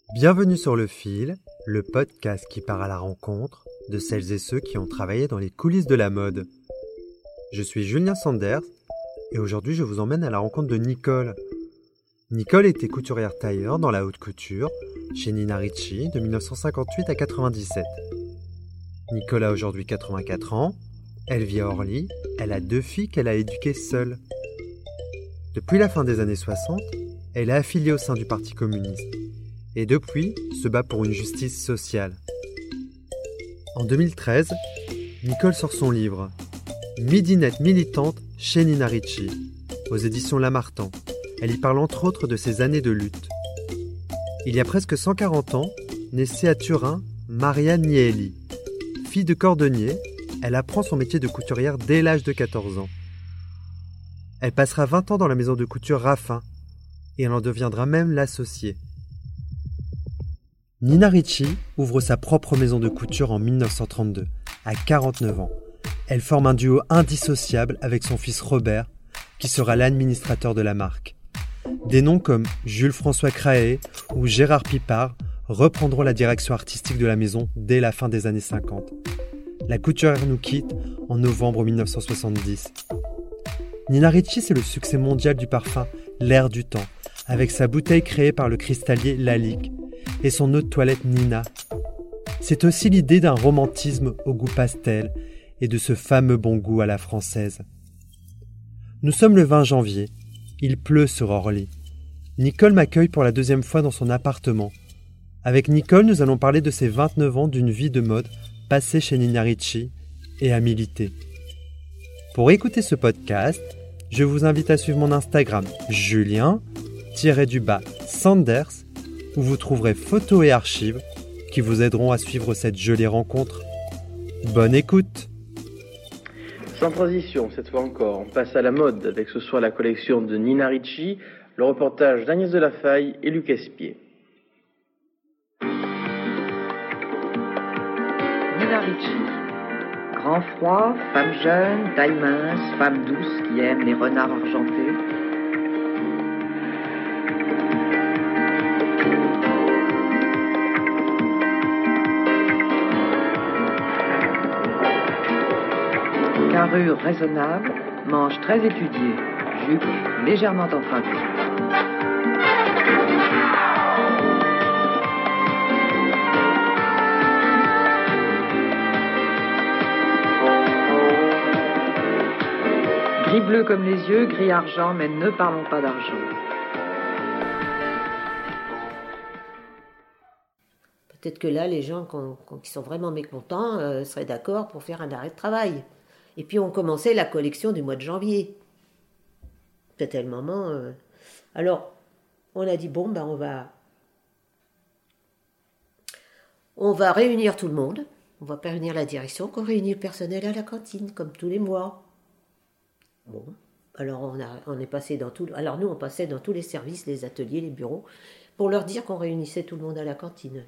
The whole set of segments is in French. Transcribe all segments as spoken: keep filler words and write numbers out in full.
Bienvenue sur Le Fil, le podcast qui part à la rencontre de celles et ceux qui ont travaillé dans les coulisses de la mode. Je suis Julien Sanders et aujourd'hui je vous emmène à la rencontre de Nicole. Nicole était couturière tailleur dans la haute couture chez Nina Ricci de mille neuf cent cinquante-huit à quatre-vingt-dix-sept. Nicole a aujourd'hui quatre-vingt-quatre ans, elle vit à Orly, elle a deux filles qu'elle a éduquées seule. Depuis la fin des années soixante, elle est affiliée au sein du Parti communiste et depuis se bat pour une justice sociale. En deux mille treize, Nicole sort son livre « Midinette militante chez Nina Ricci » aux éditions Lamartan. Elle y parle entre autres de ses années de lutte. Il y a presque cent quarante ans, naissait à Turin Maria Nieli. Fille de cordonnier, elle apprend son métier de couturière dès l'âge de quatorze ans. Elle passera vingt ans dans la maison de couture Raffin et elle en deviendra même l'associée. Nina Ricci ouvre sa propre maison de couture en mille neuf cent trente-deux, à quarante-neuf ans. Elle forme un duo indissociable avec son fils Robert, qui sera l'administrateur de la marque. Des noms comme Jules-François Craé ou Gérard Pipard reprendront la direction artistique de la maison dès la fin des années cinquante. La couturière nous quitte en novembre mille neuf cent soixante-dix. Nina Ricci, c'est le succès mondial du parfum L'air du temps, avec sa bouteille créée par le cristallier Lalique et son eau de toilette Nina. C'est aussi l'idée d'un romantisme au goût pastel et de ce fameux bon goût à la française. Nous sommes le vingt janvier. Il pleut sur Orly. Nicole m'accueille pour la deuxième fois dans son appartement. Avec Nicole, nous allons parler de ses vingt-neuf ans d'une vie de mode passée chez Nina Ricci et à militer. Pour écouter ce podcast, je vous invite à suivre mon Instagram Julien-Sanders où vous trouverez photos et archives qui vous aideront à suivre cette jolie rencontre. Bonne écoute! Sans transition, cette fois encore, on passe à la mode avec ce soir la collection de Nina Ricci, le reportage d'Agnès Delafaille et Luc Espier. Nina Ricci. Grand froid, femme jeune, taille mince, femme douce qui aime les renards argentés. Carrure raisonnable, manche très étudiée, jupe légèrement empruntée. Gris bleu comme les yeux, gris argent, mais ne parlons pas d'argent. Peut-être que là, les gens qu'on, qu'on, qui sont vraiment mécontents euh, seraient d'accord pour faire un arrêt de travail. Et puis on commençait la collection du mois de janvier. C'était le moment. Euh... Alors, on a dit, bon, ben on va... On va réunir tout le monde. On va pas réunir la direction, qu'on réunit le personnel à la cantine, comme tous les mois. Bon, alors on, a, on est passé dans tout... Alors nous, on passait dans tous les services, les ateliers, les bureaux, pour leur dire qu'on réunissait tout le monde à la cantine.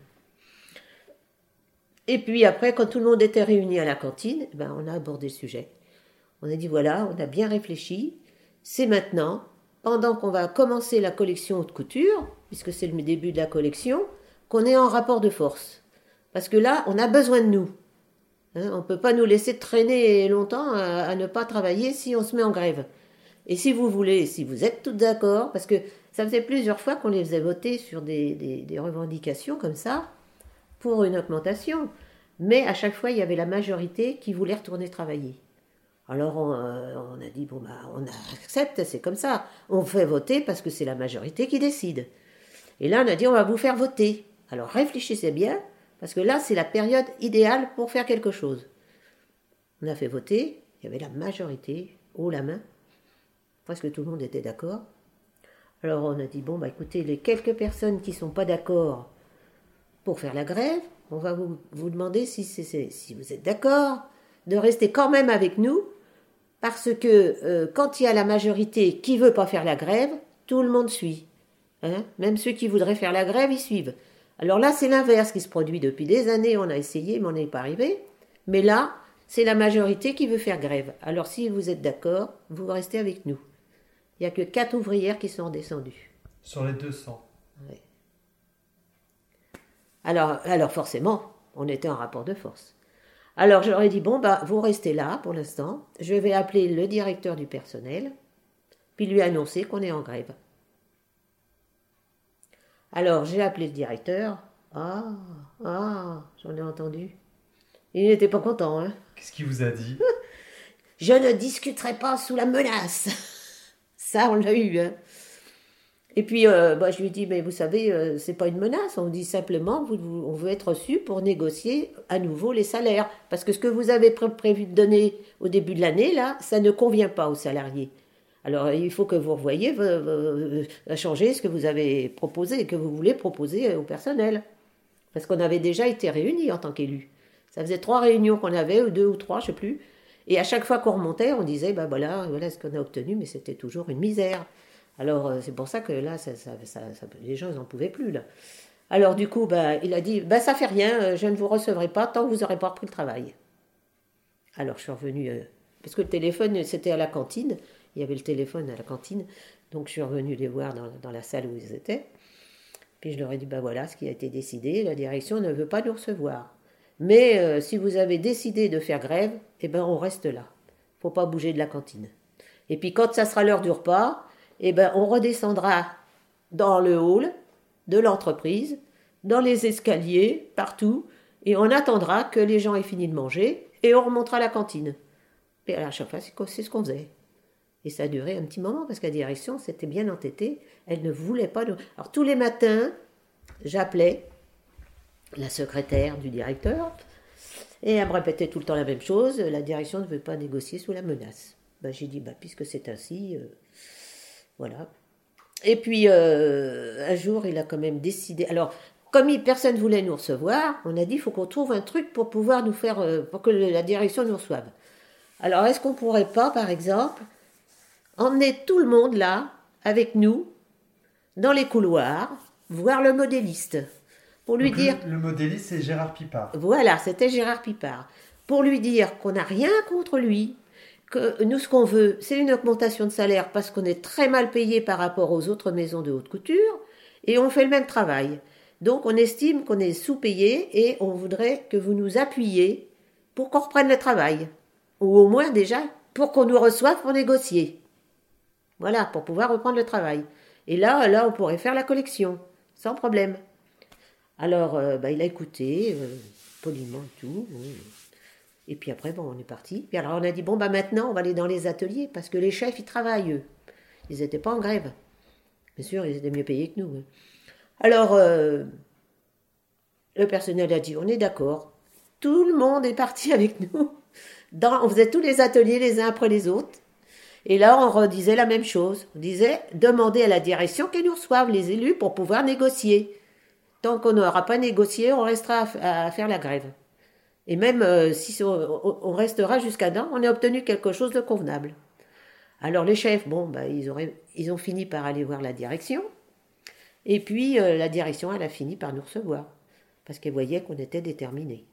Et puis après, quand tout le monde était réuni à la cantine, ben on a abordé le sujet. On a dit voilà, on a bien réfléchi, c'est maintenant, pendant qu'on va commencer la collection haute couture, puisque c'est le début de la collection, qu'on est en rapport de force. Parce que là, on a besoin de nous. Hein, on ne peut pas nous laisser traîner longtemps à, à ne pas travailler si on se met en grève. Et si vous voulez, si vous êtes toutes d'accord, parce que ça faisait plusieurs fois qu'on les faisait voter sur des, des, des revendications comme ça, pour une augmentation, mais à chaque fois, il y avait la majorité qui voulait retourner travailler. Alors, on, euh, on a dit, bon, bah, on accepte, c'est comme ça. On fait voter parce que c'est la majorité qui décide. Et là, on a dit, on va vous faire voter. Alors, réfléchissez bien, parce que là, c'est la période idéale pour faire quelque chose. On a fait voter, il y avait la majorité, haut la main, presque tout le monde était d'accord. Alors, on a dit, bon, bah, écoutez, les quelques personnes qui ne sont pas d'accord pour faire la grève, on va vous, vous demander si, c'est, c'est, si vous êtes d'accord de rester quand même avec nous, parce que euh, quand il y a la majorité qui ne veut pas faire la grève, tout le monde suit. Hein, même ceux qui voudraient faire la grève, ils suivent. Alors là, c'est l'inverse qui se produit depuis des années, on a essayé, mais on n'est pas arrivé. Mais là, c'est la majorité qui veut faire grève. Alors si vous êtes d'accord, vous restez avec nous. Il n'y a que quatre ouvrières qui sont descendues. Sur les deux cents. Ouais. Alors, alors forcément, on était en rapport de force. Alors je leur ai dit, bon, bah, vous restez là pour l'instant, je vais appeler le directeur du personnel, puis lui annoncer qu'on est en grève. Alors j'ai appelé le directeur, ah, ah, j'en ai entendu. Il n'était pas content, hein. Qu'est-ce qu'il vous a dit? Je ne discuterai pas sous la menace. Ça, on l'a eu, hein. Et puis, euh, bah, je lui ai dit, mais vous savez, euh, c'est pas une menace, on dit simplement, vous, vous, on veut être reçu pour négocier à nouveau les salaires. Parce que ce que vous avez pré- prévu de donner au début de l'année, là, ça ne convient pas aux salariés. Alors, il faut que vous revoyiez, euh, euh, changer ce que vous avez proposé, que vous voulez proposer au personnel. Parce qu'on avait déjà été réunis en tant qu'élus. Ça faisait trois réunions qu'on avait, ou deux ou trois, je sais plus. Et à chaque fois qu'on remontait, on disait, ben voilà, voilà ce qu'on a obtenu, mais c'était toujours une misère. Alors, c'est pour ça que là, ça, ça, ça, ça, les gens n'en pouvaient plus, là. Alors, du coup, ben, il a dit, ben, ça fait rien, je ne vous recevrai pas tant que vous n'aurez pas repris le travail. Alors, je suis revenue, euh, parce que le téléphone, c'était à la cantine, il y avait le téléphone à la cantine, donc je suis revenue les voir dans, dans la salle où ils étaient. Puis je leur ai dit, ben voilà, ce qui a été décidé, la direction ne veut pas nous recevoir. Mais euh, si vous avez décidé de faire grève, eh ben, on reste là. Il ne faut pas bouger de la cantine. Et puis, quand ça sera l'heure du repas, eh ben, on redescendra dans le hall de l'entreprise, dans les escaliers, partout, et on attendra que les gens aient fini de manger, et on remontera à la cantine. Et à chaque fois, c'est ce qu'on faisait. Et ça a duré un petit moment, parce que la direction s'était bien entêtée, elle ne voulait pas... Nous... Alors, tous les matins, j'appelais la secrétaire du directeur, et elle me répétait tout le temps la même chose, la direction ne veut pas négocier sous la menace. Ben, j'ai dit, ben, puisque c'est ainsi... Euh... Voilà. Et puis, euh, un jour, il a quand même décidé... Alors, comme il, personne ne voulait nous recevoir, on a dit, il faut qu'on trouve un truc pour pouvoir nous faire... Euh, pour que la direction nous reçoive. Alors, est-ce qu'on ne pourrait pas, par exemple, emmener tout le monde là, avec nous, dans les couloirs, voir le modéliste, pour lui Donc, dire... Le, le modéliste, c'est Gérard Pipard. Voilà, c'était Gérard Pipard. Pour lui dire qu'on n'a rien contre lui, que nous, ce qu'on veut, c'est une augmentation de salaire parce qu'on est très mal payé par rapport aux autres maisons de haute couture et on fait le même travail. Donc, on estime qu'on est sous-payé et on voudrait que vous nous appuyiez pour qu'on reprenne le travail. Ou au moins, déjà, pour qu'on nous reçoive pour négocier. Voilà, pour pouvoir reprendre le travail. Et là, là, on pourrait faire la collection, sans problème. Alors, euh, bah, il a écouté, euh, poliment et tout. Oui. Et puis après, bon, on est parti. Puis alors on a dit, bon, bah maintenant, on va aller dans les ateliers, parce que les chefs, ils travaillent, eux. Ils n'étaient pas en grève. Bien sûr, ils étaient mieux payés que nous. Hein. Alors, euh, le personnel a dit, on est d'accord. Tout le monde est parti avec nous. Dans, on faisait tous les ateliers les uns après les autres. Et là, on redisait la même chose. On disait, demandez à la direction qu'elle nous reçoive, les élus, pour pouvoir négocier. Tant qu'on n'aura pas négocié, on restera à, à faire la grève. Et même euh, si on, on restera jusqu'à dents, on a obtenu quelque chose de convenable. Alors les chefs, bon, bah, ils, auraient, ils ont fini par aller voir la direction. Et puis euh, la direction, elle a fini par nous recevoir. Parce qu'elle voyait qu'on était déterminés.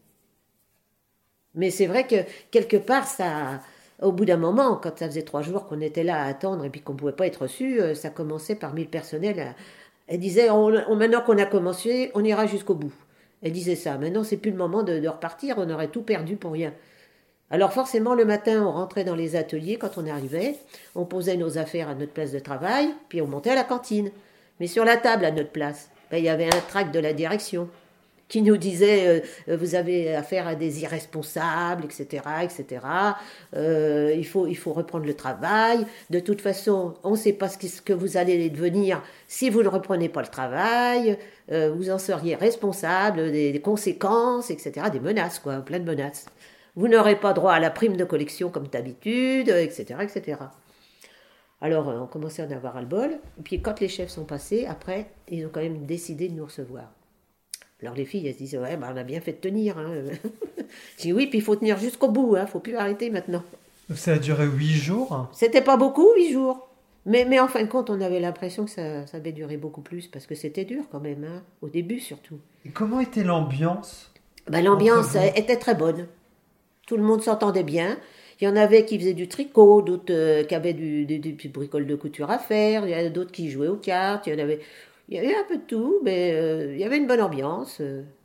Mais c'est vrai que quelque part, ça, au bout d'un moment, quand ça faisait trois jours qu'on était là à attendre et puis qu'on ne pouvait pas être reçu, euh, ça commençait parmi le personnel. À, elle disait, on, on, maintenant qu'on a commencé, on ira jusqu'au bout. Elle disait ça. Maintenant, c'est plus le moment de, de repartir. On aurait tout perdu pour rien. Alors forcément, le matin, on rentrait dans les ateliers quand on arrivait. On posait nos affaires à notre place de travail, puis on montait à la cantine. Mais sur la table, à notre place, ben, il y avait un tract de la direction qui nous disait euh, vous avez affaire à des irresponsables, et cetera, et cetera. Euh, il faut, il faut reprendre le travail. De toute façon, on ne sait pas ce que vous allez devenir si vous ne reprenez pas le travail. Euh, vous en seriez responsable des, des conséquences, et cetera. Des menaces, quoi, plein de menaces. Vous n'aurez pas droit à la prime de collection comme d'habitude, et cetera, et cetera. Alors, on commençait à en avoir ras-le-bol. Et puis, quand les chefs sont passés, après, ils ont quand même décidé de nous recevoir. Alors les filles, elles se disent, ouais, bah, on a bien fait de tenir. Hein. Je dis, oui, puis il faut tenir jusqu'au bout, il hein, ne faut plus arrêter maintenant. Ça a duré huit jours. C'était pas beaucoup, huit jours. Mais, mais en fin de compte, on avait l'impression que ça, ça avait duré beaucoup plus, parce que c'était dur quand même, hein, au début surtout. Et comment était l'ambiance? Bah, l'ambiance était très bonne. Tout le monde s'entendait bien. Il y en avait qui faisaient du tricot, d'autres euh, qui avaient du, du, du, du bricole de couture à faire, il y en a d'autres qui jouaient aux cartes, il y en avait... Il y avait un peu de tout, mais euh, il y avait une bonne ambiance. Euh,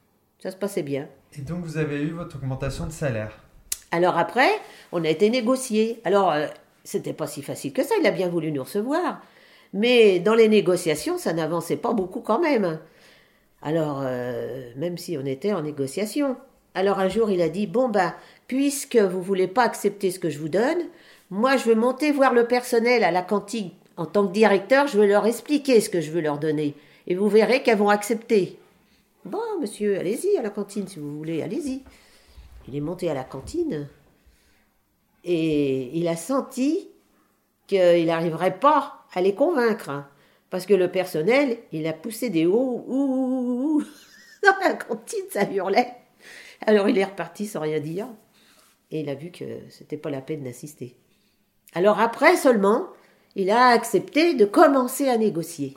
Ça se passait bien. Et donc, vous avez eu votre augmentation de salaire. Alors après, on a été négocié. Alors, euh, c'était pas si facile que ça, il a bien voulu nous recevoir. Mais dans les négociations, ça n'avançait pas beaucoup quand même. Alors, euh, même si on était en négociation. Alors un jour, il a dit, bon ben, puisque vous voulez pas accepter ce que je vous donne, moi je veux monter voir le personnel à la cantine en tant que directeur, je veux leur expliquer ce que je veux leur donner. Et vous verrez qu'elles vont accepter. Bon, monsieur, allez-y à la cantine si vous voulez, allez-y. Il est monté à la cantine et il a senti qu'il n'arriverait pas à les convaincre. Hein, parce que le personnel, il a poussé des hauts ouh, ouh, ouh, dans la cantine, ça hurlait. Alors il est reparti sans rien dire et il a vu que c'était pas la peine d'assister. Alors après seulement, il a accepté de commencer à négocier.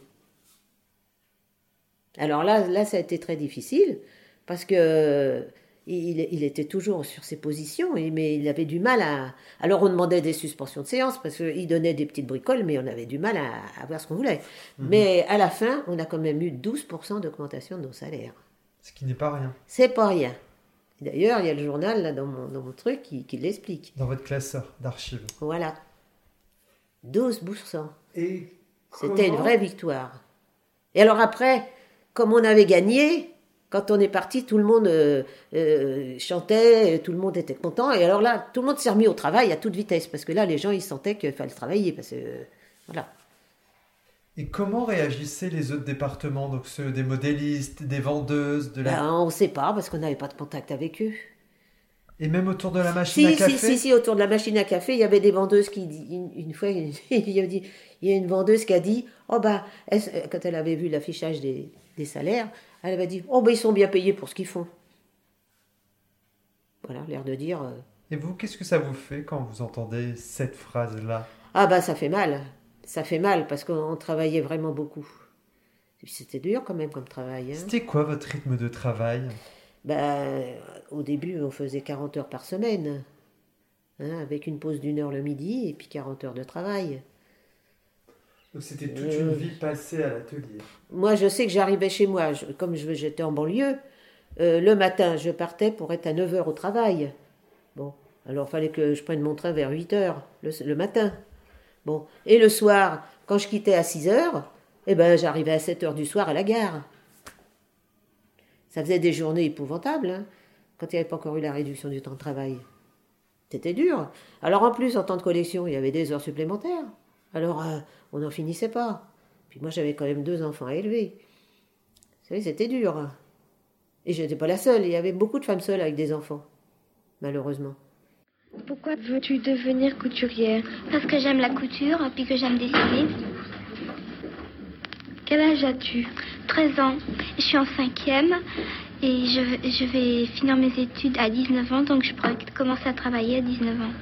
Alors là, là ça a été très difficile parce que il, il était toujours sur ses positions, mais il avait du mal à... Alors on demandait des suspensions de séance parce qu'il donnait des petites bricoles, mais on avait du mal à, à voir ce qu'on voulait. Mmh. Mais à la fin, on a quand même eu douze pour cent d'augmentation de nos salaires. Ce qui n'est pas rien. C'est pas rien. D'ailleurs, il y a le journal là, dans, mon, dans mon truc qui, qui l'explique. Dans votre classeur d'archives. Voilà. douze pour cent. Et C'était comment... une vraie victoire. Et alors après, comme on avait gagné, quand on est parti, tout le monde euh, euh, chantait, tout le monde était content. Et alors là, tout le monde s'est remis au travail à toute vitesse. Parce que là, les gens, ils sentaient qu'il fallait travailler. Parce que, euh, voilà. Et comment réagissaient les autres départements, donc ceux des modélistes, des vendeuses, de la... Ben, on ne sait pas, parce qu'on n'avait pas de contact avec eux. Et même autour de la machine si, à café Si, si, si, autour de la machine à café, il y avait des vendeuses qui... Une, une fois, il y, a dit, il y a une vendeuse qui a dit, oh bah, elle, quand elle avait vu l'affichage des, des salaires, elle avait dit, oh bah, ils sont bien payés pour ce qu'ils font. Voilà, l'air de dire... Euh... Et vous, qu'est-ce que ça vous fait quand vous entendez cette phrase-là? Ah bah, ça fait mal. Ça fait mal parce qu'on travaillait vraiment beaucoup. C'était dur quand même comme travail. Hein. C'était quoi votre rythme de travail? Ben, au début, on faisait quarante heures par semaine, hein, avec une pause d'une heure le midi et puis quarante heures de travail. Donc c'était toute euh... une vie passée à l'atelier. Moi, je sais que j'arrivais chez moi, je, comme je, j'étais en banlieue, euh, le matin, je partais pour être à neuf heures au travail. Bon, alors il fallait que je prenne mon train vers huit heures le, le matin. Bon, et le soir, quand je quittais à six heures, eh ben, j'arrivais à sept heures du soir à la gare. Ça faisait des journées épouvantables, hein, quand il n'y avait pas encore eu la réduction du temps de travail. C'était dur. Alors en plus, en temps de collection, il y avait des heures supplémentaires. Alors, euh, on n'en finissait pas. Puis moi, j'avais quand même deux enfants à élever. Vous savez, c'était dur. Et je n'étais pas la seule. Il y avait beaucoup de femmes seules avec des enfants, malheureusement. Pourquoi veux-tu devenir couturière? Parce que j'aime la couture et puis que j'aime dessiner. Quel âge as-tu? treize ans. Je suis en cinquième et je, je vais finir mes études à dix-neuf ans, donc je pourrais commencer à travailler à dix-neuf ans.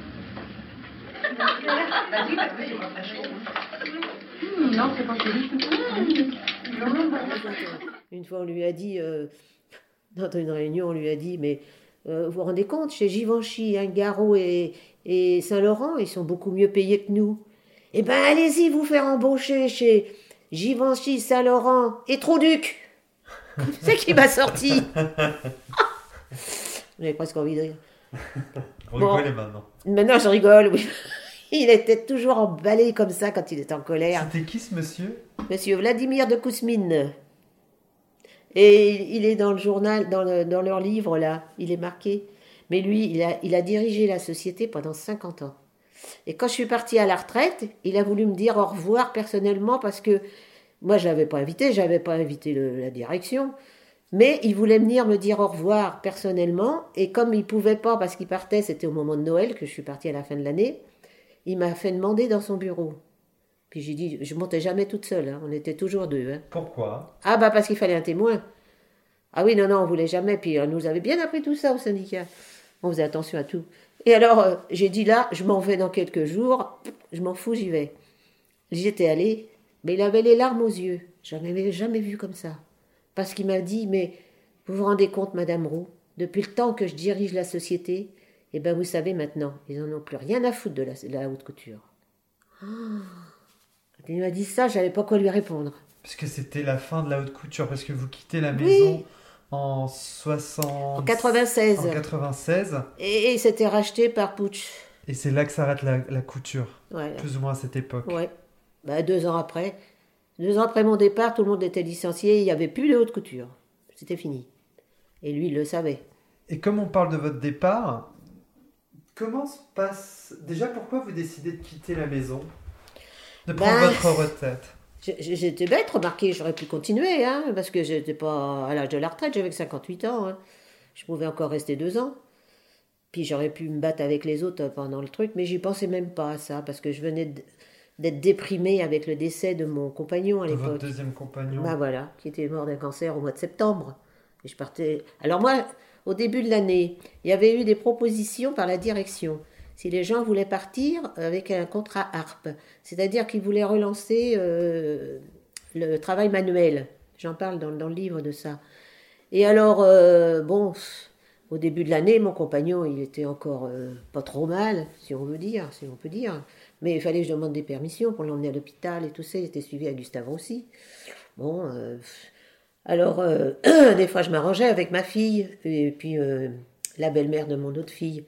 Non, c'est pas fini. Une fois, on lui a dit, euh, dans une réunion, on lui a dit, mais... Euh, vous vous rendez compte, chez Givenchy, Ungaro et, et Saint-Laurent, ils sont beaucoup mieux payés que nous. Eh bien, allez-y vous faire embaucher chez Givenchy, Saint-Laurent et Trouduc. C'est qui m'a sorti. J'avais presque envie de rire. Vous rigolez bon, maintenant. Maintenant, je rigole, oui. Il était toujours emballé comme ça quand il était en colère. C'était qui ce monsieur? Monsieur Vladimir de Kousmine. Et il est dans le journal, dans, le, dans leur livre, là, il est marqué. Mais lui, il a, il a dirigé la société pendant cinquante ans. Et quand je suis partie à la retraite, il a voulu me dire au revoir personnellement parce que moi, je ne l'avais pas invité, je n'avais pas invité le, la direction. Mais il voulait venir me dire au revoir personnellement. Et comme il ne pouvait pas, parce qu'il partait, c'était au moment de Noël, que je suis partie à la fin de l'année, il m'a fait demander dans son bureau. Puis j'ai dit, je montais jamais toute seule, hein. On était toujours deux. Hein. Pourquoi? Ah bah parce qu'il fallait un témoin. Ah oui, non, non, on voulait jamais. Puis on nous avait bien appris tout ça au syndicat. On faisait attention à tout. Et alors, euh, j'ai dit là, je m'en vais dans quelques jours, je m'en fous, j'y vais. J'y étais allée, mais il avait les larmes aux yeux. Je n'en avais jamais vu comme ça. Parce qu'il m'a dit, mais vous vous rendez compte, Madame Roux, depuis le temps que je dirige la société, eh bien vous savez maintenant, ils n'en ont plus rien à foutre de la, de la haute couture. Oh. Quand il m'a dit ça, je savais pas quoi lui répondre. Parce que c'était la fin de la haute couture, parce que vous quittez la maison... Oui. en soixante... En quatre-vingt-seize. En quatre-vingt-seize. Et, et c'était racheté par Puig. Et c'est là que s'arrête la, la couture, Voilà. plus ou moins à cette époque. Ouais. Bah, deux ans après. Deux ans après mon départ, tout le monde était licencié, il n'y avait plus de haute couture. C'était fini. Et lui, il le savait. Et comme on parle de votre départ, comment se passe... Déjà, pourquoi vous décidez de quitter la maison? De prendre Ben, votre retraite? J'étais bête, remarquez, j'aurais pu continuer, hein, parce que j'étais pas à l'âge de la retraite, j'avais que cinquante-huit ans. Hein. Je pouvais encore rester deux ans. Puis j'aurais pu me battre avec les autres pendant le truc, mais j'y pensais même pas à ça, parce que je venais d'être déprimée avec le décès de mon compagnon à De l'époque. votre deuxième compagnon. Bah voilà, qui était mort d'un cancer au mois de septembre. Et je partais... Alors moi, au début de l'année, il y avait eu des propositions par la direction. Si les gens voulaient partir avec un contrat A R P, c'est-à-dire qu'ils voulaient relancer euh, le travail manuel. J'en parle dans, dans le livre de ça. Et alors, euh, bon, au début de l'année, mon compagnon, il était encore euh, pas trop mal, si on veut dire, si on peut dire. Mais il fallait que je demande des permissions pour l'emmener à l'hôpital et tout ça. Il était suivi à Gustave Roussy. Bon, euh, alors, euh, des fois, je m'arrangeais avec ma fille et puis euh, la belle-mère de mon autre fille.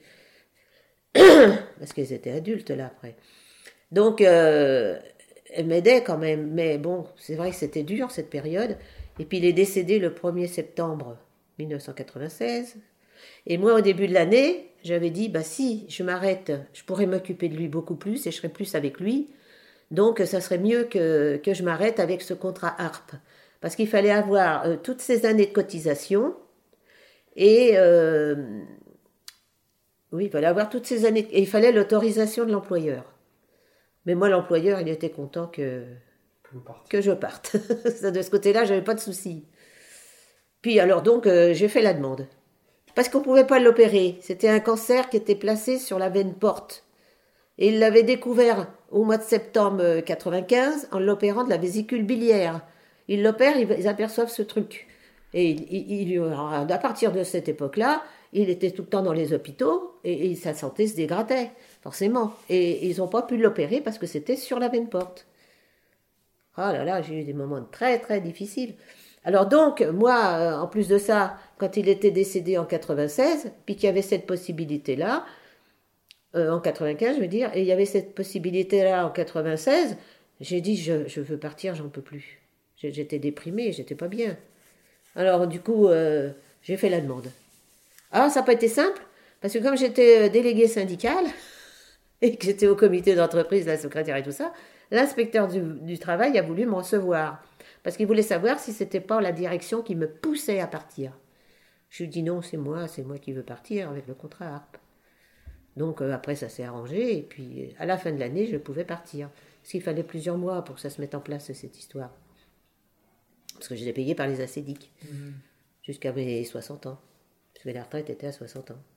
Parce qu'elles étaient adultes là après. Donc, euh, elle m'aidait quand même. Mais bon, c'est vrai que c'était dur cette période. Et puis, il est décédé le premier septembre mille neuf cent quatre-vingt-seize. Et moi, au début de l'année, j'avais dit, bah si je m'arrête, je pourrais m'occuper de lui beaucoup plus et je serais plus avec lui. Donc, ça serait mieux que, que je m'arrête avec ce contrat A R P. Parce qu'il fallait avoir euh, toutes ces années de cotisation et... Euh, Oui, il fallait avoir toutes ces années. Et il fallait l'autorisation de l'employeur. Mais moi, l'employeur, il était content que, Que, vous que je parte. De ce côté-là, j'avais pas de souci. Puis alors donc, euh, j'ai fait la demande. Parce qu'on pouvait pas l'opérer. C'était un cancer qui était placé sur la veine porte. Et il l'avait découvert au mois de septembre quatre-vingt-quinze en l'opérant de la vésicule biliaire. Ils l'opèrent, ils aperçoivent ce truc. Et il, il, il, à partir de cette époque-là, il était tout le temps dans les hôpitaux et, et sa santé se dégradait, forcément. Et, et ils n'ont pas pu l'opérer parce que c'était sur la veine porte. Ah là là, j'ai eu des moments très très difficiles. Alors donc, moi, en plus de ça, quand il était décédé en quatre-vingt-seize, puis qu'il y avait cette possibilité-là, euh, en quatre-vingt-quinze, je veux dire, et il y avait cette possibilité-là en quatre-vingt-seize, j'ai dit, je, je veux partir, j'en peux plus. J'étais déprimée, j'étais pas bien. Alors du coup, euh, j'ai fait la demande. Ah, ça n'a pas été simple, parce que comme j'étais déléguée syndicale, et que j'étais au comité d'entreprise, la secrétaire et tout ça, l'inspecteur du, du travail a voulu me recevoir, parce qu'il voulait savoir si c'était pas la direction qui me poussait à partir. Je lui ai dit non, c'est moi, c'est moi qui veux partir avec le contrat A R P. Donc euh, après, ça s'est arrangé, et puis à la fin de l'année, je pouvais partir. Parce qu'il fallait plusieurs mois pour que ça se mette en place, cette histoire. Parce que j'étais payée par les acédiques, mmh. jusqu'à mes soixante ans. Parce que la retraite était à soixante ans.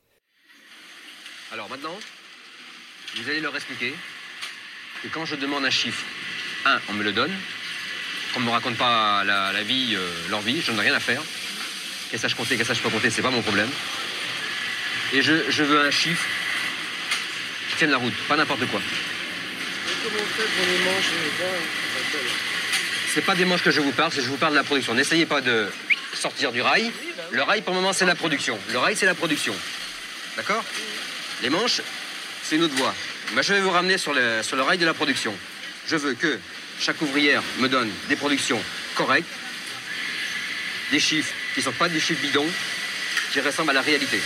Alors maintenant, vous allez leur expliquer que quand je demande un chiffre, un, on me le donne. Qu'on ne me raconte pas la, la vie, euh, leur vie, je n'en ai rien à faire. Qu'elle sache compter, qu'elle sache pas compter, c'est pas mon problème. Et je, je veux un chiffre qui tienne la route, pas n'importe quoi. Et comment vous faites pour les manches et les C'est pas des manches que je vous parle, c'est que je vous parle de la production. N'essayez pas de sortir du rail. Le rail, pour le moment, c'est la production. Le rail, c'est la production. D'accord? Les manches, c'est une autre voie. Moi, je vais vous ramener sur le, sur le rail de la production. Je veux que chaque ouvrière me donne des productions correctes, des chiffres qui ne sont pas des chiffres bidons, qui ressemblent à la réalité,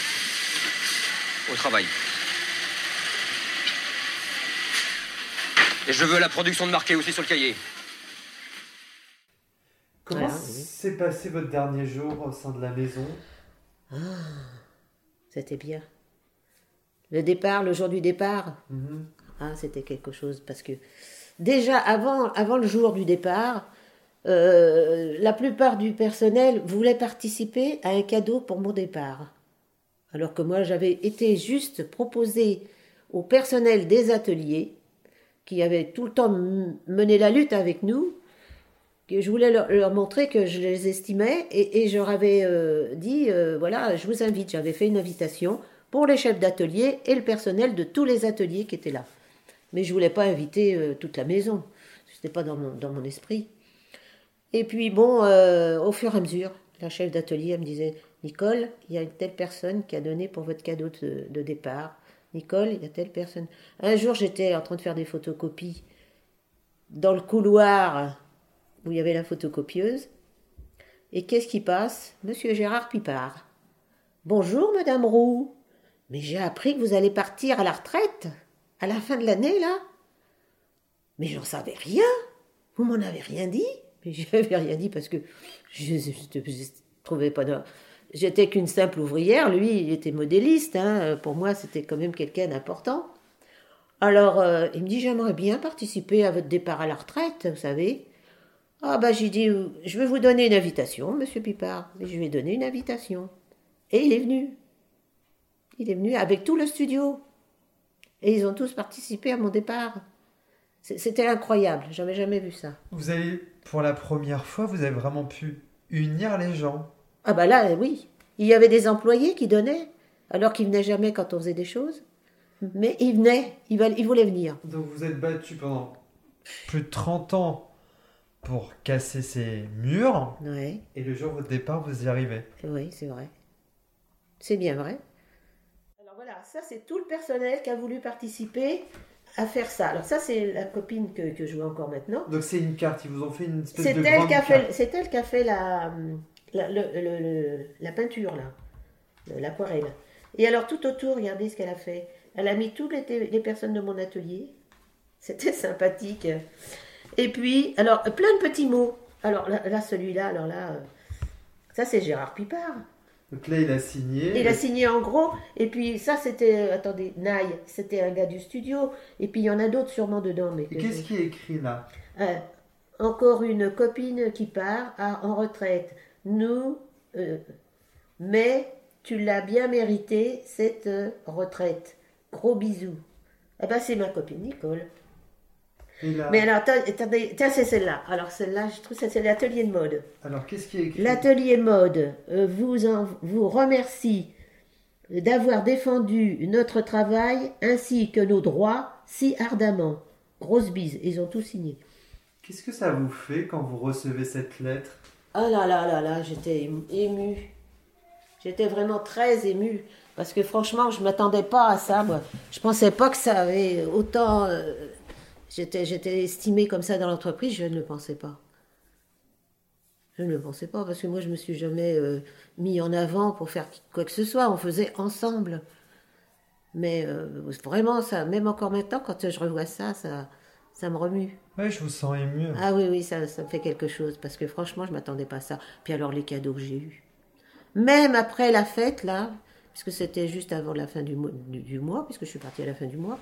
au travail. Et je veux la production de marqué aussi sur le cahier. Comment voilà, s'est oui. passé votre dernier jour au sein de la maison? Ah, c'était bien. Le départ, le jour du départ, mm-hmm. ah, c'était quelque chose parce que déjà avant, avant le jour du départ, euh, la plupart du personnel voulait participer à un cadeau pour mon départ. Alors que moi, j'avais été juste proposé au personnel des ateliers qui avait tout le temps mené la lutte avec nous, que je voulais leur, leur montrer que je les estimais et, et je leur avais euh, dit, euh, voilà, je vous invite. J'avais fait une invitation pour les chefs d'atelier et le personnel de tous les ateliers qui étaient là. Mais je ne voulais pas inviter euh, toute la maison. Ce n'était pas dans mon, dans mon esprit. Et puis bon, euh, au fur et à mesure, la chef d'atelier, elle me disait « Nicole, il y a une telle personne qui a donné pour votre cadeau de, de départ. Nicole, il y a telle personne. » Un jour, j'étais en train de faire des photocopies dans le couloir où il y avait la photocopieuse. Et qu'est-ce qui passe? Monsieur Gérard Pipard. « Bonjour, Madame Roux. Mais j'ai appris que vous allez partir à la retraite à la fin de l'année, là. Mais j'en savais rien. Vous m'en avez rien dit. » Mais je n'avais rien dit parce que je ne trouvais pas... De... J'étais qu'une simple ouvrière. Lui, il était modéliste. Hein. Pour moi, c'était quand même quelqu'un d'important. Alors, euh, il me dit, j'aimerais bien participer à votre départ à la retraite, vous savez. Ah, bah, j'ai dit, je vais vous donner une invitation, monsieur Pipard. Et je lui ai donné une invitation. Et il est venu. Il est venu avec tout le studio. Et ils ont tous participé à mon départ. C'était incroyable, j'avais jamais vu ça. Vous avez, pour la première fois, vous avez vraiment pu unir les gens. Ah bah là, oui. Il y avait des employés qui donnaient, alors qu'ils venaient jamais quand on faisait des choses. Mais ils venaient, ils voulaient venir. Donc vous êtes battu pendant plus de trente ans pour casser ces murs. Ouais. Et le jour de votre départ, vous y arrivez. Oui, c'est vrai. C'est bien vrai. Alors voilà, ça c'est tout le personnel qui a voulu participer à faire ça. Alors ça, c'est la copine que, que je vois encore maintenant. Donc c'est une carte, ils vous ont fait une espèce c'est de elle grande qui a carte. fait, c'est elle qui a fait la, la, le, le, le, la peinture, là, l'aquarelle. Et alors tout autour, regardez ce qu'elle a fait. Elle a mis toutes les, les personnes de mon atelier. C'était sympathique. Et puis, alors, plein de petits mots. Alors là, là celui-là, alors là, euh, ça c'est Gérard Pipard. Donc là, il a signé. Il a signé en gros, et puis ça c'était, attendez, Naï, c'était un gars du studio, et puis il y en a d'autres sûrement dedans. Mais et qu'est-ce qui est écrit là? euh, Encore une copine qui part à, en retraite. Nous, euh, mais tu l'as bien mérité, cette euh, retraite. Gros bisous. Eh ben c'est ma copine Nicole. Là... Mais alors, attendez, tiens, c'est celle-là. Alors celle-là, je trouve que c'est l'atelier de mode. Alors qu'est-ce qui est écrit? L'atelier mode euh, vous, en, vous remercie d'avoir défendu notre travail ainsi que nos droits si ardemment. Grosse bise, ils ont tout signé. Qu'est-ce que ça vous fait quand vous recevez cette lettre? Ah là là là là, j'étais émue. J'étais vraiment très émue. Parce que franchement, je ne m'attendais pas à ça, moi. Je ne pensais pas que ça avait autant... Euh, j'étais, j'étais estimée comme ça dans l'entreprise, je ne le pensais pas. Je ne le pensais pas, parce que moi, je ne me suis jamais euh, mis en avant pour faire quoi que ce soit. On faisait ensemble. Mais euh, vraiment, ça, même encore maintenant, quand je revois ça, ça, ça me remue. Oui, je vous sens ému. Ah oui, oui, ça, ça me fait quelque chose, parce que franchement, je ne m'attendais pas à ça. Puis alors, les cadeaux que j'ai eus. Même après la fête, là... puisque c'était juste avant la fin du mois, du, du mois, puisque je suis partie à la fin du mois,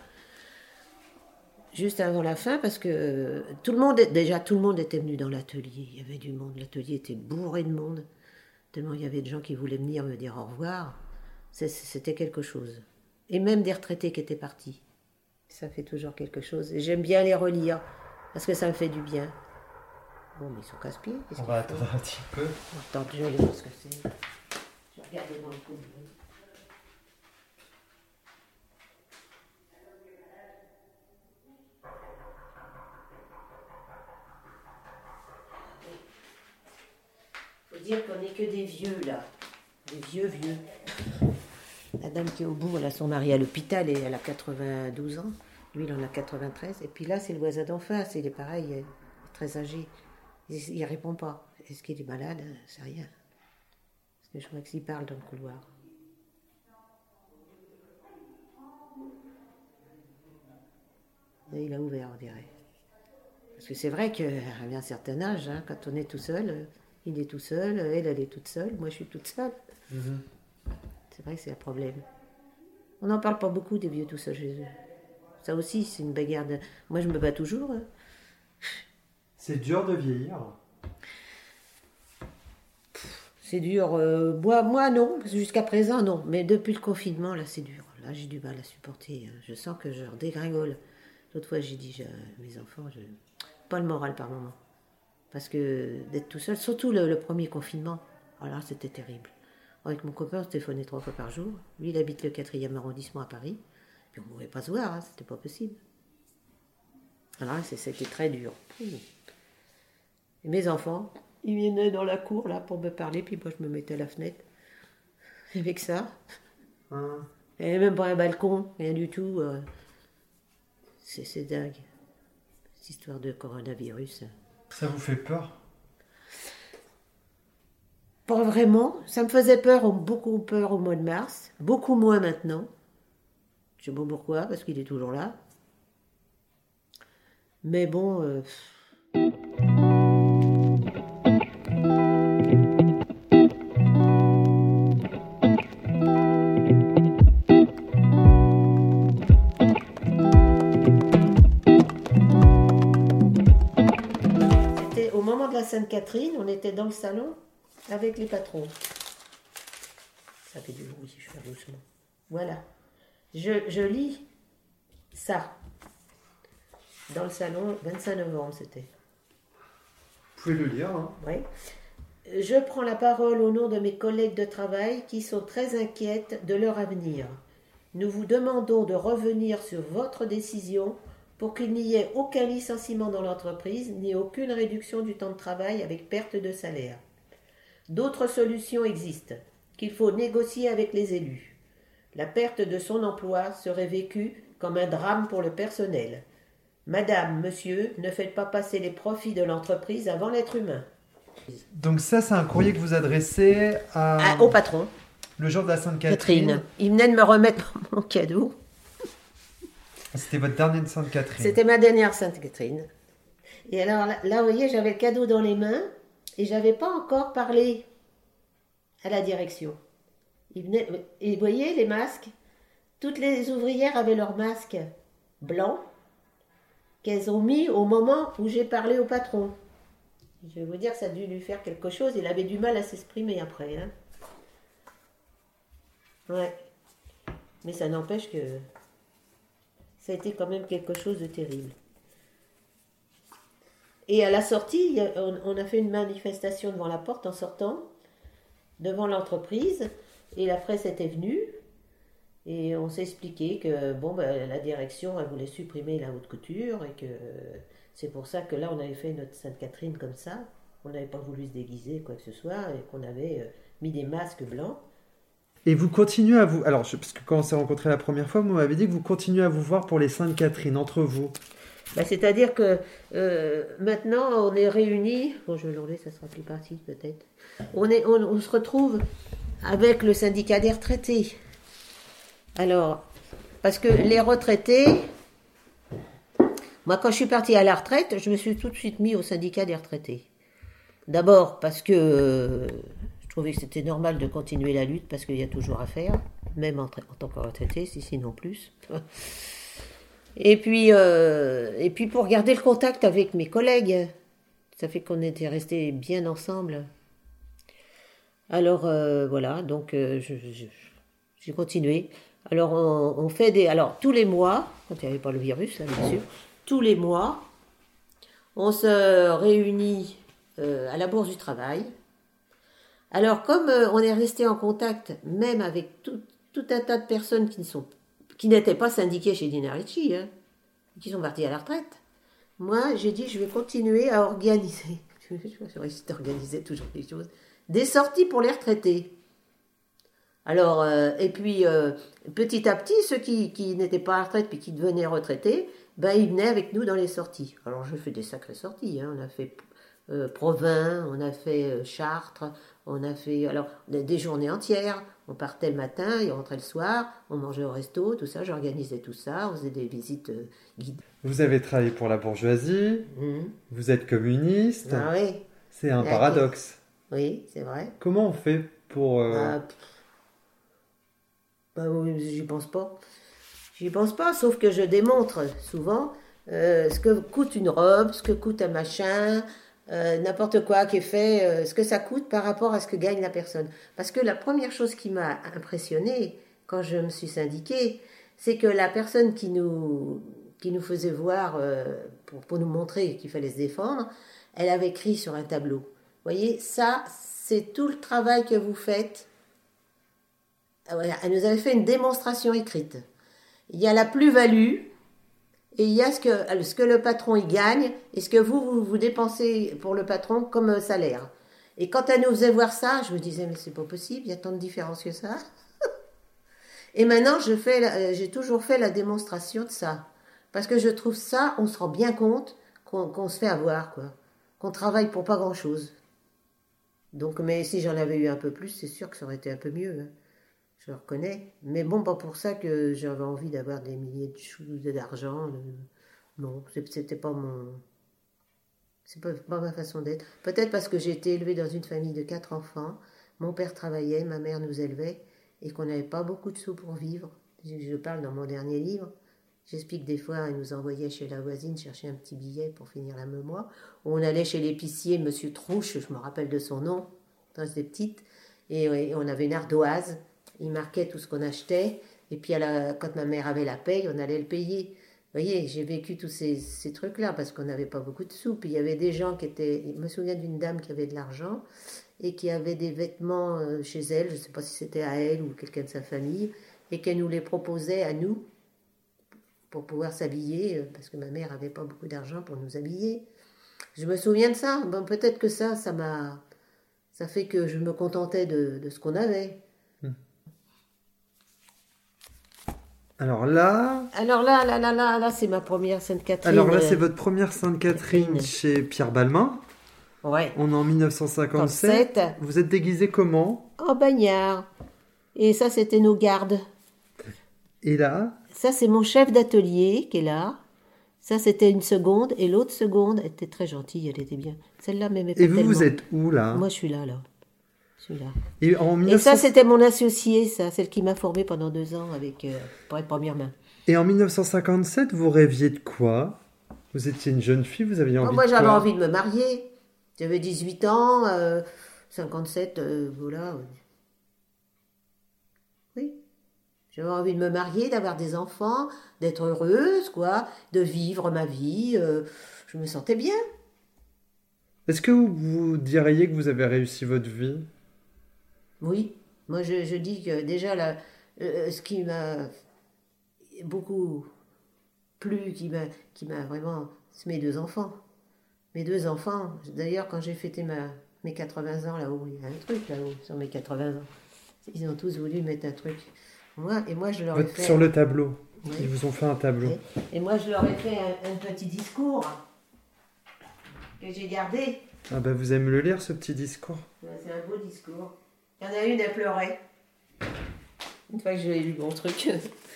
juste avant la fin, parce que euh, tout le monde, déjà tout le monde était venu dans l'atelier, il y avait du monde, l'atelier était bourré de monde, tellement il y avait de gens qui voulaient venir me dire au revoir, c'est, c'était quelque chose. Et même des retraités qui étaient partis, ça fait toujours quelque chose, et j'aime bien les relire, parce que ça me fait du bien. Bon, mais ils sont casse-pieds. On va attendre un petit peu. Attends, je vais aller voir ce que c'est. Je vais regarder dans le coup de l'œil. Faut dire qu'on n'est que des vieux, là. Des vieux, vieux. La dame qui est au bout, elle a son mari à l'hôpital et elle a quatre-vingt-douze ans. Lui, il en a quatre-vingt-treize. Et puis là, c'est le voisin d'en face. Il est pareil, il est très âgé. Il ne répond pas. Est-ce qu'il est malade? C'est rien. Parce que je crois qu'il parle dans le couloir. Et il a ouvert, on dirait. Parce que c'est vrai qu'à un certain âge, hein, quand on est tout seul, il est tout seul, elle, elle est toute seule, moi je suis toute seule. Mm-hmm. C'est vrai que c'est un problème. On n'en parle pas beaucoup des vieux tout seuls chez eux. Ça aussi, c'est une bagarre de... Moi, je me bats toujours. Hein. C'est dur de vieillir. C'est dur. Euh, moi, moi, non. Jusqu'à présent, non. Mais depuis le confinement, là, c'est dur. Là, j'ai du mal à supporter. Je sens que je redégringole. L'autre fois, j'ai dit à mes enfants, je... pas le moral par moment. Parce que d'être tout seul, surtout le, le premier confinement, alors c'était terrible. Avec mon copain, on se téléphonait trois fois par jour. Lui, il habite le quatrième arrondissement à Paris. Puis on ne pouvait pas se voir, hein, c'était pas possible. Alors c'était très dur. Et mes enfants, il venait dans la cour là pour me parler, puis moi je me mettais à la fenêtre. Avec ça. Hein. Il n'y avait même pas un balcon, rien du tout. euh. C'est, c'est dingue. Cette histoire de coronavirus. Ça vous fait peur? Pas vraiment. Ça me faisait peur, beaucoup peur au mois de mars. Beaucoup moins maintenant. Je sais pas pourquoi, parce qu'il est toujours là. Mais bon... euh, C'était au moment de la Sainte-Catherine, on était dans le salon avec les patrons. Ça fait du bruit si je fais doucement. Voilà. Je, je lis ça. Dans le salon, vingt-cinq novembre, c'était. Vous pouvez le lire, hein. Oui. Je prends la parole au nom de mes collègues de travail qui sont très inquiètes de leur avenir. Nous vous demandons de revenir sur votre décision pour qu'il n'y ait aucun licenciement dans l'entreprise ni aucune réduction du temps de travail avec perte de salaire. D'autres solutions existent, qu'il faut négocier avec les élus. La perte de son emploi serait vécue comme un drame pour le personnel. Madame, monsieur, ne faites pas passer les profits de l'entreprise avant l'être humain. Donc ça, c'est un courrier que vous adressez à... Ah, au patron. Le jour de la Sainte-Catherine. Catherine. Il venait de me remettre mon cadeau. C'était votre dernière Sainte-Catherine. C'était ma dernière Sainte-Catherine. Et alors là, là, vous voyez, j'avais le cadeau dans les mains et j'avais pas encore parlé à la direction. Il venait, et vous voyez les masques? Toutes les ouvrières avaient leurs masques blancs qu'elles ont mis au moment où j'ai parlé au patron. Je vais vous dire, ça a dû lui faire quelque chose. Il avait du mal à s'exprimer après. Hein. Ouais. Mais ça n'empêche que ça a été quand même quelque chose de terrible. Et à la sortie, on a fait une manifestation devant la porte en sortant, devant l'entreprise, et la presse était venue, et on s'est expliqué que bon, ben, la direction elle voulait supprimer la haute couture, et que c'est pour ça que là, on avait fait notre Sainte-Catherine comme ça, on n'avait pas voulu se déguiser, quoi que ce soit, et qu'on avait mis des masques blancs. Et vous continuez à vous... Alors, je... parce que quand on s'est rencontrés la première fois, vous m'avez dit que vous continuez à vous voir pour les Sainte-Catherine, entre vous. Bah, c'est-à-dire que euh, maintenant, on est réunis... Bon, je vais l'enlever, ça sera plus pratique peut-être. On, est, on, on se retrouve avec le syndicat des retraités. Alors, parce que les retraités... Moi, quand je suis partie à la retraite, je me suis tout de suite mis au syndicat des retraités. D'abord parce que... Euh, je trouvais que c'était normal de continuer la lutte parce qu'il y a toujours à faire, même en, en tant que retraité, si sinon plus. Et puis, euh, et puis pour garder le contact avec mes collègues, ça fait qu'on était restés bien ensemble. Alors euh, voilà, donc euh, je, je, j'ai continué. Alors on, on fait des, alors tous les mois, quand il n'y avait pas le virus là bien sûr, tous les mois, on se réunit euh, à la Bourse du Travail. Alors, comme euh, on est resté en contact, même avec tout, tout un tas de personnes qui, ne sont, qui n'étaient pas syndiquées chez Dinarici, hein, qui sont parties à la retraite, moi, j'ai dit, je vais continuer à organiser, je réussi à organiser toujours des choses, des sorties pour les retraités. Alors, euh, et puis, euh, petit à petit, ceux qui, qui n'étaient pas à la retraite puis qui devenaient retraités, ben, ils venaient avec nous dans les sorties. Alors, je fais des sacrées sorties, hein, on a fait... Euh, Provins, on a fait euh, Chartres, on a fait alors des journées entières. On partait le matin et on rentrait le soir, on mangeait au resto, tout ça, j'organisais tout ça, on faisait des visites euh, guidées. Vous avez travaillé pour la bourgeoisie, mmh. Vous êtes communiste, ah, oui. C'est un Là, paradoxe. Oui, c'est vrai. Comment on fait pour... Euh... Ah, bah, oui, j'y pense pas. J'y pense pas, sauf que je démontre souvent euh, ce que coûte une robe, ce que coûte un machin... Euh, n'importe quoi qui est fait, euh, ce que ça coûte par rapport à ce que gagne la personne. Parce que la première chose qui m'a impressionnée quand je me suis syndiquée, c'est que la personne qui nous, qui nous faisait voir, euh, pour, pour nous montrer qu'il fallait se défendre, elle avait écrit sur un tableau. Vous voyez, ça, c'est tout le travail que vous faites. Voilà, elle nous avait fait une démonstration écrite. Il y a la plus-value et il y a ce que, ce que le patron y gagne et ce que vous, vous, vous dépensez pour le patron comme salaire. Et quand elle nous faisait voir ça, je me disais, mais c'est pas possible, il y a tant de différences que ça. Et maintenant, je fais la, j'ai toujours fait la démonstration de ça. Parce que je trouve ça, on se rend bien compte qu'on, qu'on se fait avoir, quoi. Qu'on travaille pour pas grand-chose. Donc, mais si j'en avais eu un peu plus, c'est sûr que ça aurait été un peu mieux. Hein. Je le reconnais. Mais bon, pas pour ça que j'avais envie d'avoir des milliers de choux, d'argent. De... Non, c'était pas mon... C'est pas, pas ma façon d'être. Peut-être parce que j'ai été élevée dans une famille de quatre enfants. Mon père travaillait, ma mère nous élevait, et qu'on n'avait pas beaucoup de sous pour vivre. Je, je parle dans mon dernier livre. J'explique des fois, elle nous envoyait chez la voisine chercher un petit billet pour finir la mémoire. Ou on allait chez l'épicier, Monsieur Trouche, je me rappelle de son nom, quand j'étais petite, et, et on avait une ardoise. Il marquait tout ce qu'on achetait, et puis à la, quand ma mère avait la paye, on allait le payer. Vous voyez, j'ai vécu tous ces, ces trucs-là parce qu'on n'avait pas beaucoup de sous. Puis il y avait des gens qui étaient... Je me souviens d'une dame qui avait de l'argent et qui avait des vêtements chez elle, je ne sais pas si c'était à elle ou quelqu'un de sa famille, et qu'elle nous les proposait à nous pour pouvoir s'habiller, parce que ma mère n'avait pas beaucoup d'argent pour nous habiller. Je me souviens de ça. Bon, peut-être que ça, ça m'a... Ça fait que je me contentais de, de ce qu'on avait. Alors là... Alors là, là, là, là, là, c'est ma première Sainte-Catherine. Alors là, c'est votre première Sainte-Catherine Catherine. Chez Pierre Balmain. Ouais. On est en mille neuf cent cinquante-sept. cinquante-sept. Vous êtes déguisé comment? En bagnard. Et ça, c'était nos gardes. Et là? Ça, c'est mon chef d'atelier qui est là. Ça, c'était une seconde. Et l'autre seconde était très gentille, elle était bien. Celle-là m'aimait pas Et vous, tellement. vous êtes où, là? Moi, je suis là, là. Je suis là. Et, en mille neuf cents... Et ça, c'était mon associée, ça, celle qui m'a formée pendant deux ans avec, euh, pour être première main. Et en mille neuf cent cinquante-sept, vous rêviez de quoi? Vous étiez une jeune fille, vous aviez envie oh, moi, de quoi? Moi, j'avais envie de me marier. J'avais dix-huit ans, euh, cinquante-sept, euh, voilà. Oui. J'avais envie de me marier, d'avoir des enfants, d'être heureuse, quoi, de vivre ma vie. Euh, je me sentais bien. Est-ce que vous diriez que vous avez réussi votre vie? Oui. Moi, je, je dis que déjà, la, euh, ce qui m'a beaucoup plu, qui m'a, qui m'a vraiment... c'est mes deux enfants. Mes deux enfants. D'ailleurs, quand j'ai fêté ma, mes quatre-vingts ans, là-haut, il y a un truc là-haut, sur mes quatre-vingts ans. Ils ont tous voulu mettre un truc. Moi, et moi, je leur ai fait... Sur le tableau. Oui. Ils vous ont fait un tableau. Oui. Et moi, je leur ai fait un, un petit discours que j'ai gardé. Ah ben, vous aimez le lire, ce petit discours? C'est un beau discours. Il y en a une, elle pleurait. Une fois que j'ai lu mon truc.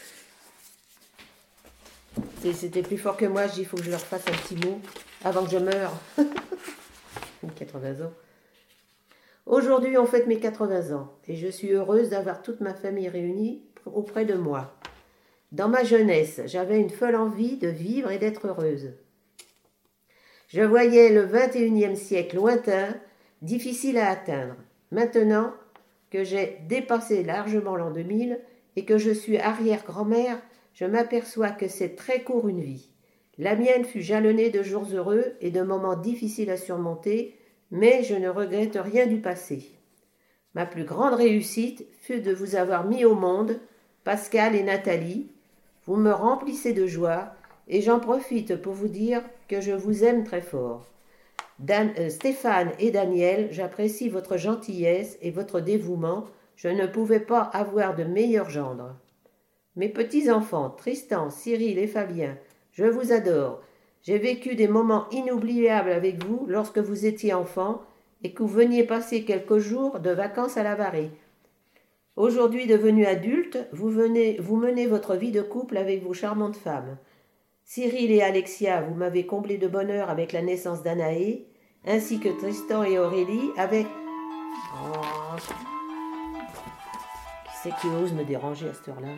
C'était plus fort que moi. Je dis, il faut que je leur fasse un petit mot avant que je meure. quatre-vingts ans. Aujourd'hui, on fête mes quatre-vingts ans. Et je suis heureuse d'avoir toute ma famille réunie auprès de moi. Dans ma jeunesse, j'avais une folle envie de vivre et d'être heureuse. Je voyais le vingt et unième siècle lointain, difficile à atteindre. Maintenant que j'ai dépassé largement l'an deux mille et que je suis arrière-grand-mère, je m'aperçois que c'est très court une vie. La mienne fut jalonnée de jours heureux et de moments difficiles à surmonter, mais je ne regrette rien du passé. Ma plus grande réussite fut de vous avoir mis au monde, Pascal et Nathalie. Vous me remplissez de joie et j'en profite pour vous dire que je vous aime très fort. Dan, euh, Stéphane et Daniel, j'apprécie votre gentillesse et votre dévouement. Je ne pouvais pas avoir de meilleurs gendres. Mes petits-enfants, Tristan, Cyril et Fabien, je vous adore. J'ai vécu des moments inoubliables avec vous lorsque vous étiez enfants et que vous veniez passer quelques jours de vacances à la Varée. Aujourd'hui devenu adulte, vous, venez, vous menez votre vie de couple avec vos charmantes femmes. Cyril et Alexia, vous m'avez comblé de bonheur avec la naissance d'Anaé, ainsi que Tristan et Aurélie avec... Oh. Qui c'est qui ose me déranger à cette heure-là?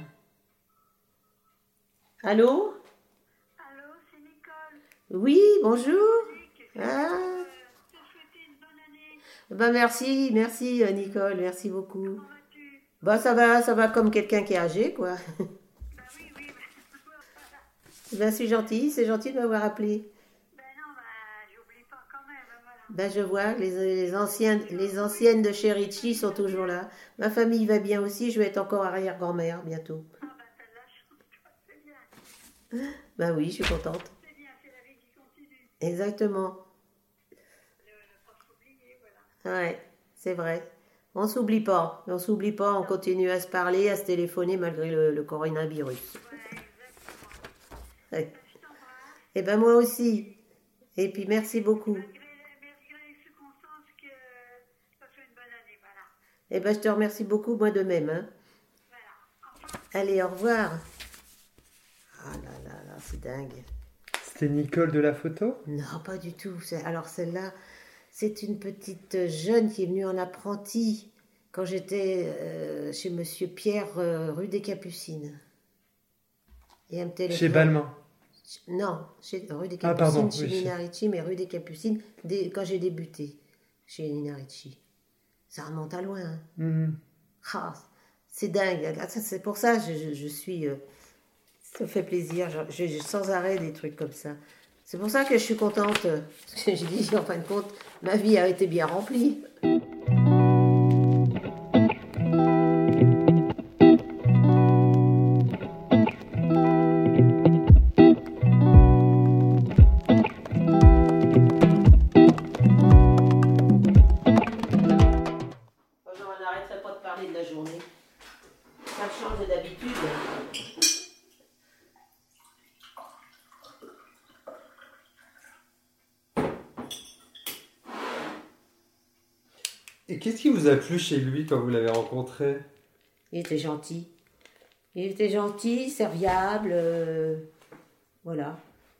Allô? Allô, c'est Nicole. Oui, bonjour. Ah. Ah. Je te souhaiter une bonne année. Ben merci, merci Nicole, merci beaucoup. Comment vas-tu? Ben ça va, ça va comme quelqu'un qui est âgé, quoi. Bah oui, oui. Ben c'est gentil, c'est gentil de m'avoir appelé. Ben non, bah j'oublie pas quand même, voilà. Ben je vois, les, les, anciennes, les anciennes de chez Richie sont toujours là. Ma famille va bien aussi, je vais être encore arrière-grand-mère bientôt. Ah bah t'as de la chance, toi, c'est bien. Ben oui, je suis contente. C'est bien, c'est la vie qui continue. Exactement. Ne, ne pas s'oublier, voilà. Ouais, c'est vrai. On s'oublie pas. On s'oublie pas, on continue à se parler, à se téléphoner malgré le, le coronavirus. Ouais, exactement. Ouais. Je t'embrasse. Et ben moi aussi. Et puis merci beaucoup. Malgré, malgré les circonstances, que ça soit une bonne année, voilà. Et ben je te remercie beaucoup, moi de même. Hein. Voilà. Enfin, Allez, au revoir. Ah là là là, c'est dingue. C'était Nicole de la photo? Non, pas du tout. C'est- Alors celle-là, c'est une petite jeune qui est venue en apprenti quand j'étais euh, chez Monsieur Pierre, euh, rue des Capucines. Et elle me téléphone. Chez Balmain. Non, chez, rue des Ah, Capucines, pardon, chez oui, chez- Nina Ricci, mais rue des Capucines, dès- quand j'ai débuté chez Nina Ricci. Ça remonte à loin. Hein. Mhm. Ah, c'est dingue. Ah, ça, c'est pour ça que je, je, je suis... euh, ça me fait plaisir. J'ai j'ai sans arrêt des trucs comme ça. C'est pour ça que je suis contente. euh, Parce que je dis, en fin de compte, ma vie a été bien remplie. Bonjour, on n'arrêterait pas de parler de la journée. Ça change d'habitude. Et qu'est-ce qui vous a plu chez lui quand vous l'avez rencontré? Il était gentil. Il était gentil, serviable, euh, voilà.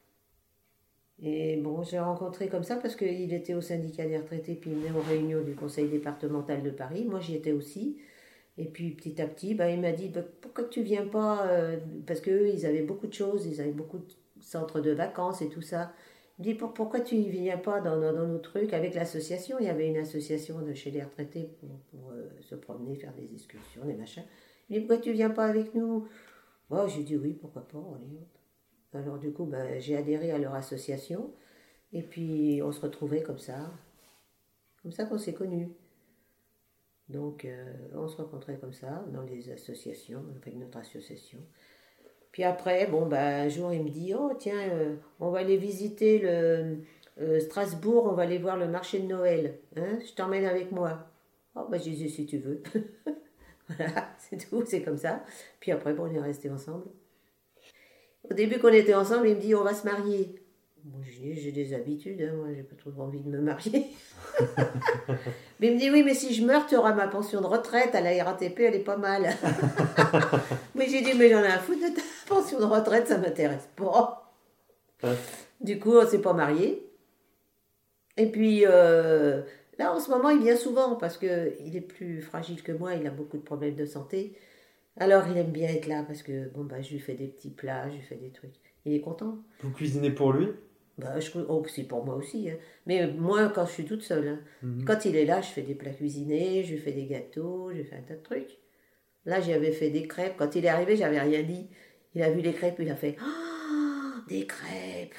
Et bon, j'ai rencontré comme ça parce qu'il était au syndicat des retraités, puis il venait aux réunions du conseil départemental de Paris. Moi, j'y étais aussi. Et puis, petit à petit, bah, il m'a dit, bah, pourquoi tu viens pas euh, parce qu'eux, ils avaient beaucoup de choses, ils avaient beaucoup de centres de vacances et tout ça. Il me dit, Pour- pourquoi tu ne viens pas dans, dans, dans nos trucs avec l'association? Il y avait une association de chez les retraités pour, pour euh, se promener, faire des excursions, des machins. Il me dit, pourquoi tu viens pas avec nous? Oh, j'ai dit oui, pourquoi pas, allez, hop. Alors du coup, ben, j'ai adhéré à leur association. Et puis, on se retrouvait comme ça. Comme ça qu'on s'est connus. Donc, euh, on se rencontrait comme ça, dans les associations, avec notre association. Puis après, bon, ben, un jour, il me dit, oh, tiens, euh, on va aller visiter le euh, Strasbourg, on va aller voir le marché de Noël. Hein, je t'emmène avec moi. Oh, ben, je disais, si tu veux. Voilà, c'est tout, c'est comme ça. Puis après, bon, on est restés ensemble. Au début qu'on était ensemble, il me dit, on va se marier. Moi, je dis, j'ai des habitudes, hein, moi, j'ai pas trop envie de me marier. Mais il me dit, oui, mais si je meurs, tu auras ma pension de retraite à la R A T P, elle est pas mal. Mais j'ai dit, mais j'en ai un foutre de ta pension de retraite, ça m'intéresse pas. Ouais. Du coup, on s'est pas mariés. Et puis, euh, là, en ce moment, il vient souvent parce qu'il est plus fragile que moi, il a beaucoup de problèmes de santé. Alors, il aime bien être là parce que, bon, bah, je lui fais des petits plats, je lui fais des trucs. Il est content. Vous cuisinez pour lui? Bah, je, oh, c'est pour moi aussi. Hein. Mais moi, quand je suis toute seule, hein. Mhm. Quand il est là, je fais des plats cuisinés, je lui fais des gâteaux, je lui fais un tas de trucs. Là, j'avais fait des crêpes. Quand il est arrivé, j'avais rien dit. Il a vu les crêpes, il a fait ah, des crêpes.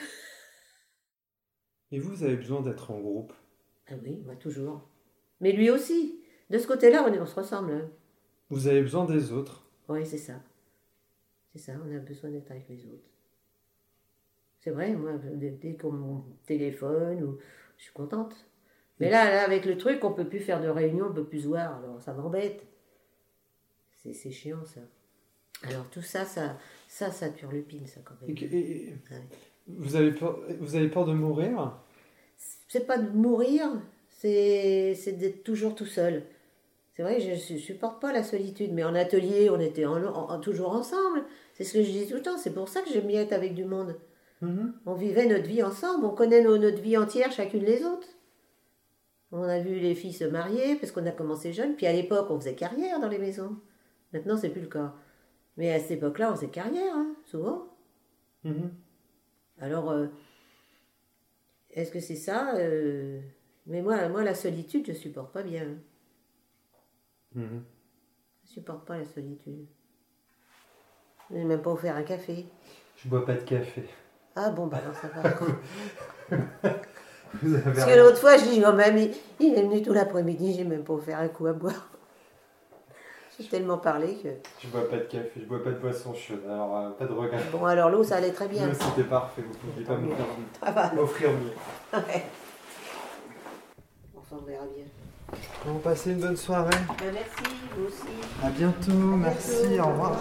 Et vous, vous avez besoin d'être en groupe? Ah oui, moi toujours. Mais lui aussi. De ce côté-là, on, est, on se ressemble. Hein. Vous avez besoin des autres? Oui, c'est ça. C'est ça, on a besoin d'être avec les autres. C'est vrai, moi, dès, dès qu'on me téléphone, ou, je suis contente. Mais là, là, avec le truc, on ne peut plus faire de réunion, on ne peut plus se voir, alors ça m'embête. C'est, c'est chiant, ça. Alors tout ça, ça, ça, ça turlupine, ça, quand même. Et, et- Ouais. vous, avez peur, vous avez peur de mourir? C'est pas de mourir, c'est, c'est d'être toujours tout seul. C'est vrai que je ne supporte pas la solitude, mais en atelier, on était en, en- toujours ensemble. C'est ce que je dis tout le temps, c'est pour ça que j'aime bien être avec du monde. Mhm. On vivait notre vie ensemble, on connaît nos, notre vie entière, chacune les autres. On a vu les filles se marier, parce qu'on a commencé jeune, puis à l'époque, on faisait carrière dans les maisons. Maintenant, c'est plus le cas. Mais à cette époque-là, on faisait carrière, hein, souvent. Mhm. Alors, euh, est-ce que c'est ça euh, Mais moi, moi, la solitude, je ne supporte pas bien. hein. Mhm. Je ne supporte pas la solitude. Je n'ai même pas offert un café. Je bois pas de café. Ah bon, bah non, ça va. Vous avez Parce que rien. l'autre fois, je dis, oh, même, il, il est venu tout l'après-midi, j'ai même pas offert un coup à boire. J'ai tellement parlé que... Je bois pas de café, je bois pas de boisson chaude, alors euh, pas de regret. Bon, alors l'eau, ça allait très bien. L'eau, c'était parfait, vous ne pouviez pas mieux. m'offrir Ça va. m'offrir mieux. Ouais. Enfin, on verra bien. Bon, passez une bonne soirée. Ben, merci, vous aussi. À bientôt, À merci, bientôt. au revoir.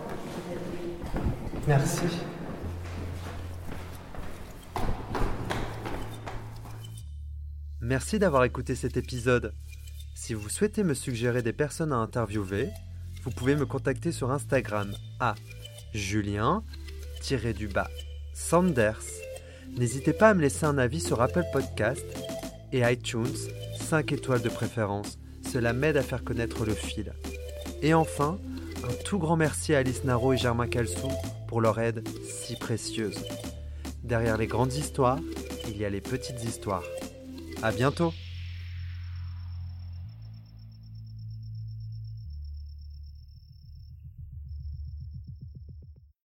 Merci. Merci d'avoir écouté cet épisode. Si vous souhaitez me suggérer des personnes à interviewer, vous pouvez me contacter sur Instagram à Julien-du-bas Sanders. N'hésitez pas à me laisser un avis sur Apple Podcast et iTunes, cinq étoiles de préférence. Cela m'aide à faire connaître le fil. Et enfin, un tout grand merci à Alice Naro et Germain Calsou pour leur aide si précieuse. Derrière les grandes histoires, il y a les petites histoires. À bientôt!